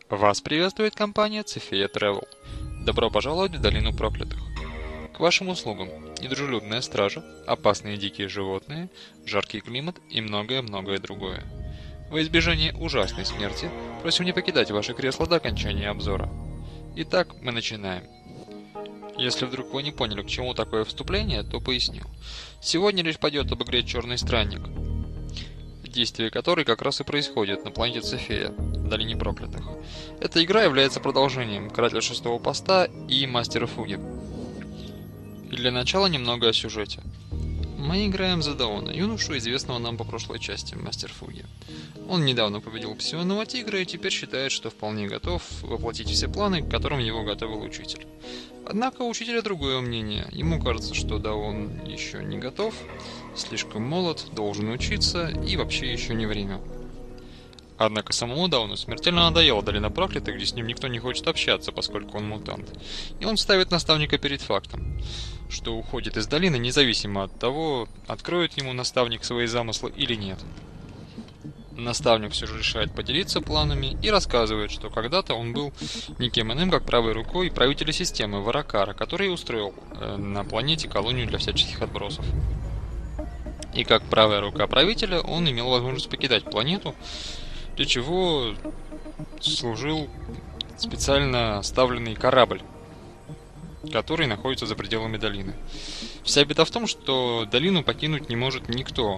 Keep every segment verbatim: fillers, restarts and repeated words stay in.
Вас приветствует компания Цефея Travel. Добро пожаловать в Долину Проклятых. К вашим услугам недружелюбная стража, опасные дикие животные, жаркий климат и многое-многое другое. Во избежание ужасной смерти просим не покидать ваше кресло до окончания обзора. Итак, мы начинаем. Если вдруг вы не поняли, к чему такое вступление, то поясню. Сегодня речь пойдет об игре «Черный странник», действие которой как раз и происходит на планете Цефея, в Долине Проклятых. Эта игра является продолжением Карателя Шестого Поста и Мастера Фуги. И для начала немного о сюжете. Мы играем за Даона, юношу, известного нам по прошлой части, Мастер Фуги. Он недавно победил псионного тигра и теперь считает, что вполне готов воплотить все планы, к которым его готовил учитель. Однако у учителя другое мнение. Ему кажется, что Даон еще не готов, слишком молод, должен учиться и вообще еще не время. Однако самому Дауну смертельно надоело Долина Проклятых, где с ним никто не хочет общаться, поскольку он мутант. И он ставит наставника перед фактом, что уходит из долины независимо от того, откроет ему наставник свои замыслы или нет. Наставник все же решает поделиться планами и рассказывает, что когда-то он был никем иным, как правой рукой правителя системы Варакара, который устроил э, на планете колонию для всяческих отбросов. И как правая рука правителя он имел возможность покидать планету, для чего служил специально оставленный корабль, который находится за пределами долины. Вся беда в том, что долину покинуть не может никто.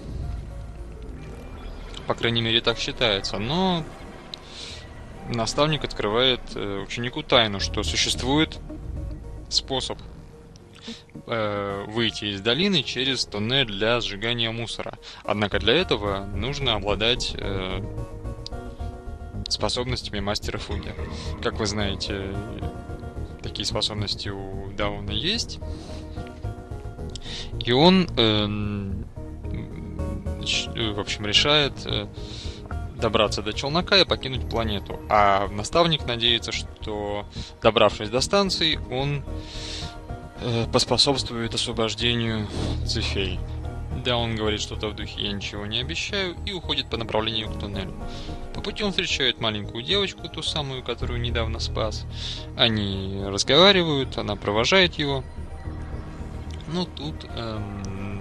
По крайней мере, так считается. Но наставник открывает ученику тайну, что существует способ э, выйти из долины через туннель для сжигания мусора. Однако для этого нужно обладать э, способностями Мастера Фуги. Как вы знаете, такие способности у Дауна есть. И он, э, в общем, решает э, добраться до челнока и покинуть планету. А наставник надеется, что, добравшись до станции, он э, поспособствует освобождению Цефеи. Да, он говорит что-то в духе «я ничего не обещаю» и уходит по направлению к туннелю. По пути он встречает маленькую девочку, ту самую, которую недавно спас. Они разговаривают, она провожает его. Ну, тут эм,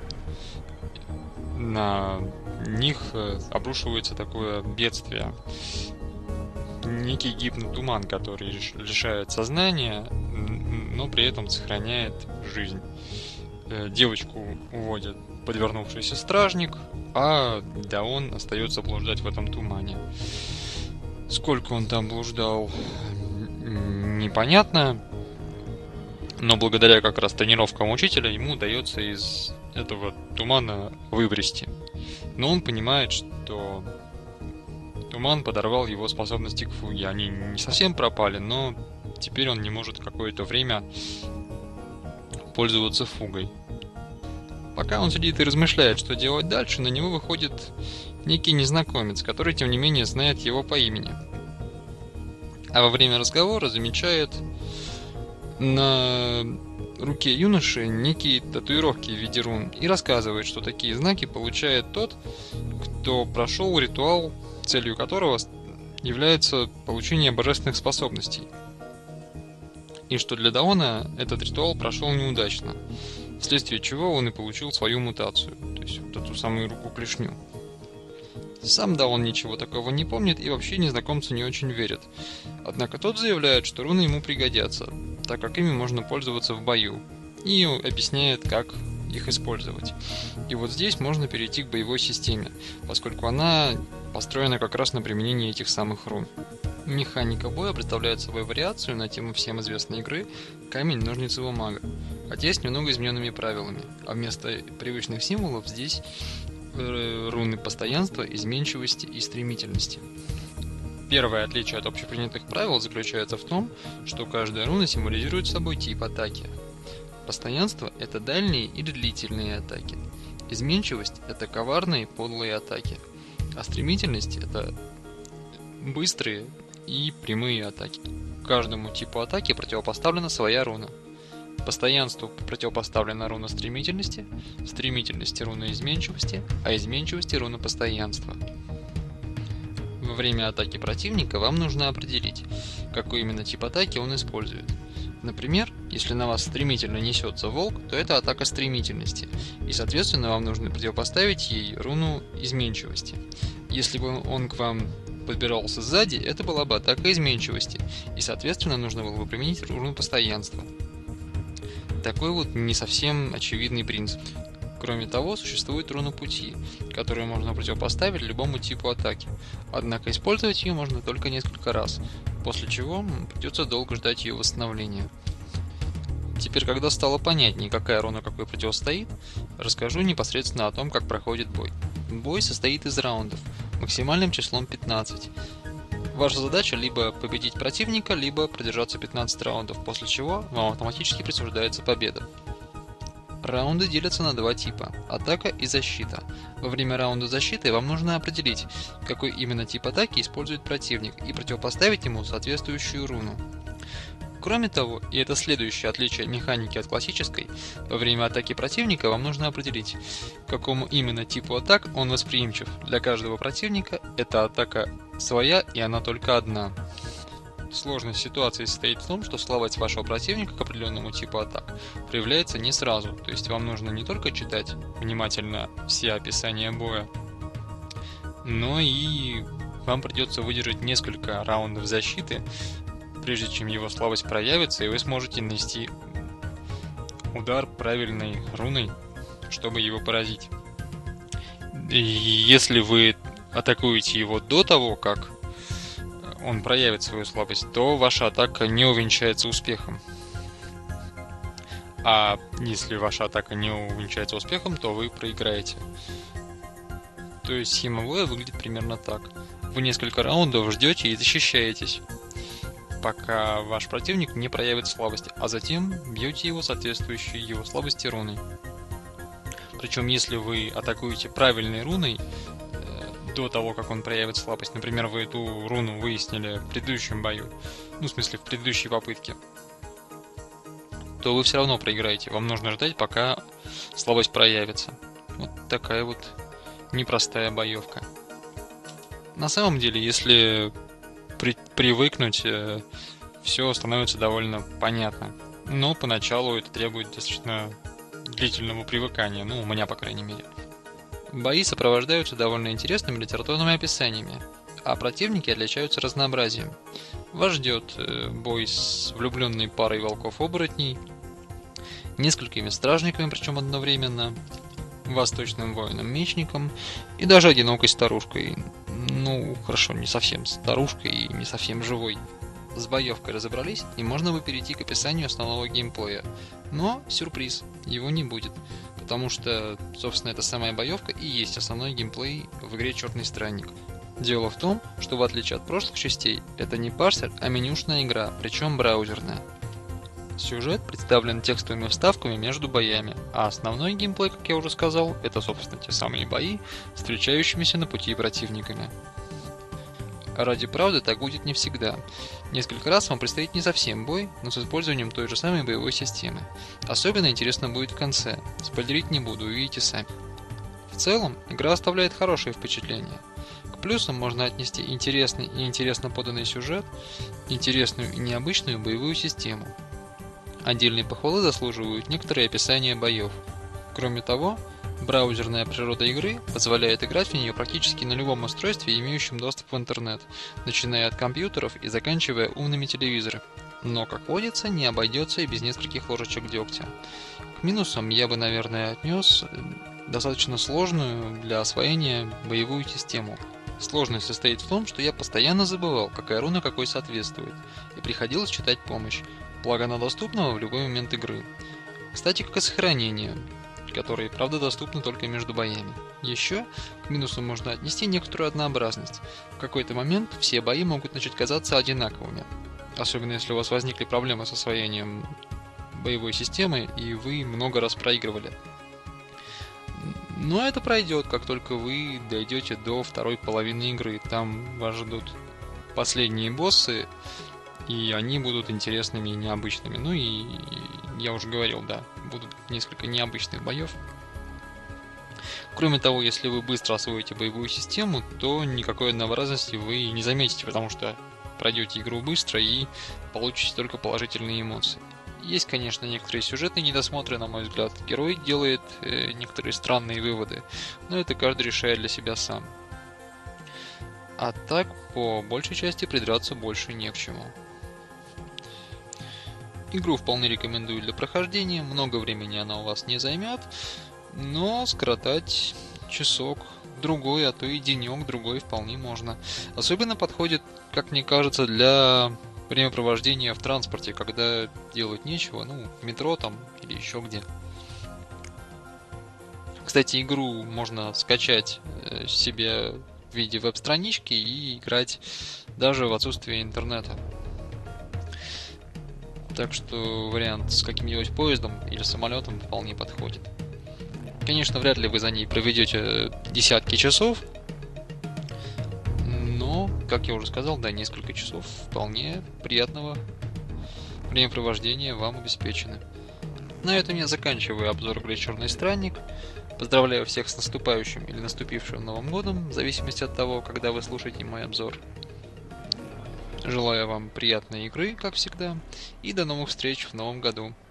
на них обрушивается такое бедствие. Некий гипнотуман, который лишает сознания, но при этом сохраняет жизнь. Девочку уводит подвернувшийся стражник, а Даон остается блуждать в этом тумане. Сколько он там блуждал, непонятно, но благодаря как раз тренировкам учителя ему удается из этого тумана выбрести. Но он понимает, что туман подорвал его способности к фуге. Они не совсем пропали, но теперь он не может какое-то время пользоваться фугой. Пока он сидит и размышляет, что делать дальше, на него выходит некий незнакомец, который, тем не менее, знает его по имени. А во время разговора замечает на руке юноши некие татуировки в виде рун и рассказывает, что такие знаки получает тот, кто прошел ритуал, целью которого является получение божественных способностей. И что для Даона этот ритуал прошел неудачно, вследствие чего он и получил свою мутацию, то есть вот эту самую руку-клешню. Сам Даон ничего такого не помнит и вообще незнакомцу не очень верит. Однако тот заявляет, что руны ему пригодятся, так как ими можно пользоваться в бою, и объясняет, как их использовать. И вот здесь можно перейти к боевой системе, поскольку она построена как раз на применении этих самых рун. Механика боя представляет собой вариацию на тему всем известной игры «Камень, ножницы, бумага», хотя с немного измененными правилами, а вместо привычных символов здесь руны постоянства, изменчивости и стремительности. Первое отличие от общепринятых правил заключается в том, что каждая руна символизирует собой тип атаки. Постоянство – это дальние или длительные атаки. Изменчивость – это коварные подлые атаки. А стремительность – это быстрые и прямые атаки. Каждому типу атаки противопоставлена своя руна. Постоянству противопоставлена руна стремительности, стремительности руна изменчивости, а изменчивости руна постоянства. время атаки противника вам нужно определить, какой именно тип атаки он использует. Например, если на вас стремительно несется волк, то это атака стремительности, и соответственно вам нужно противопоставить ей руну изменчивости. Если бы он к вам подбирался сзади, это была бы атака изменчивости, и соответственно нужно было бы применить руну постоянства. Такой вот не совсем очевидный принцип. Кроме того, существует руна пути, которую можно противопоставить любому типу атаки, однако использовать ее можно только несколько раз, после чего придется долго ждать ее восстановления. Теперь, когда стало понятнее, какая руна какой противостоит, расскажу непосредственно о том, как проходит бой. Бой состоит из раундов, максимальным числом пятнадцать. Ваша задача либо победить противника, либо продержаться пятнадцать раундов, после чего вам автоматически присуждается победа. Раунды делятся на два типа – атака и защита. Во время раунда защиты вам нужно определить, какой именно тип атаки использует противник, и противопоставить ему соответствующую руну. Кроме того, и это следующее отличие механики от классической, во время атаки противника вам нужно определить, к какому именно типу атак он восприимчив. Для каждого противника эта атака своя, и она только одна. Сложность ситуации состоит в том, что слабость вашего противника к определенному типу атак проявляется не сразу, то есть вам нужно не только читать внимательно все описания боя, но и вам придется выдержать несколько раундов защиты, прежде чем его слабость проявится, и вы сможете нанести удар правильной руной, чтобы его поразить. И если вы атакуете его до того, как он проявит свою слабость, то ваша атака не увенчается успехом. А если ваша атака не увенчается успехом, то вы проиграете. То есть схема боя выглядит примерно так. Вы несколько раундов ждете и защищаетесь, пока ваш противник не проявит слабость, а затем бьете его соответствующей его слабости руной. Причем если вы атакуете правильной руной до того, как он проявит слабость, например, вы эту руну выяснили в предыдущем бою, ну, в смысле, в предыдущей попытке, то вы все равно проиграете. Вам нужно ждать, пока слабость проявится. Вот такая вот непростая боевка. На самом деле, если при привыкнуть, все становится довольно понятно. Но поначалу это требует достаточно длительного привыкания, ну, у меня, по крайней мере. Бои сопровождаются довольно интересными литературными описаниями, а противники отличаются разнообразием. Вас ждет бой с влюбленной парой волков-оборотней, несколькими стражниками, причем одновременно, восточным воином-мечником и даже одинокой старушкой. Ну, хорошо, не совсем старушкой и не совсем живой. С боевкой разобрались, и можно бы перейти к описанию основного геймплея. Но, сюрприз, его не будет, потому что, собственно, эта самая боевка и есть основной геймплей в игре Черный Странник. Дело в том, что в отличие от прошлых частей, это не парсер, а менюшная игра, причем браузерная. Сюжет представлен текстовыми вставками между боями, а основной геймплей, как я уже сказал, это, собственно, те самые бои, встречающимися на пути противниками. Ради правды так будет не всегда. Несколько раз вам предстоит не совсем бой, но с использованием той же самой боевой системы. Особенно интересно будет в конце. Спойлерить не буду, увидите сами. В целом, игра оставляет хорошее впечатление. К плюсам можно отнести интересный и интересно поданный сюжет, интересную и необычную боевую систему. Отдельной похвалы заслуживают некоторые описания боев. Кроме того, браузерная природа игры позволяет играть в нее практически на любом устройстве, имеющем доступ в интернет, начиная от компьютеров и заканчивая умными телевизорами. Но, как водится, не обойдется и без нескольких ложечек дегтя. К минусам я бы, наверное, отнес достаточно сложную для освоения боевую систему. Сложность состоит в том, что я постоянно забывал, какая руна какой соответствует, и приходилось читать помощь, благо она доступна в любой момент игры. Кстати, как и сохранение, которые, правда, доступны только между боями. Еще к минусу можно отнести некоторую однообразность. В какой-то момент все бои могут начать казаться одинаковыми, особенно если у вас возникли проблемы с освоением боевой системы и вы много раз проигрывали. Но это пройдет, как только вы дойдете до второй половины игры. Там вас ждут последние боссы, и они будут интересными и необычными. Ну и я уже говорил, да, будут несколько необычных боев. Кроме того, если вы быстро освоите боевую систему, то никакой однообразности вы не заметите, потому что пройдете игру быстро и получите только положительные эмоции. Есть, конечно, некоторые сюжетные недосмотры, на мой взгляд. Герой делает э, некоторые странные выводы, но это каждый решает для себя сам. А так, по большей части, придраться больше не к чему. Игру вполне рекомендую для прохождения, много времени она у вас не займет, но скоротать часок, другой, а то и денек, другой вполне можно. Особенно подходит, как мне кажется, для времяпровождения в транспорте, когда делать нечего, ну, в метро там или еще где. Кстати, игру можно скачать себе в виде веб-странички и играть даже в отсутствие интернета. Так что вариант с каким-нибудь поездом или самолетом вполне подходит. Конечно, вряд ли вы за ней проведете десятки часов, но, как я уже сказал, да, несколько часов вполне приятного времяпровождения вам обеспечены. На этом я заканчиваю обзор игры «Черный странник». Поздравляю всех с наступающим или наступившим Новым годом, в зависимости от того, когда вы слушаете мой обзор. Желаю вам приятной игры, как всегда, и до новых встреч в новом году.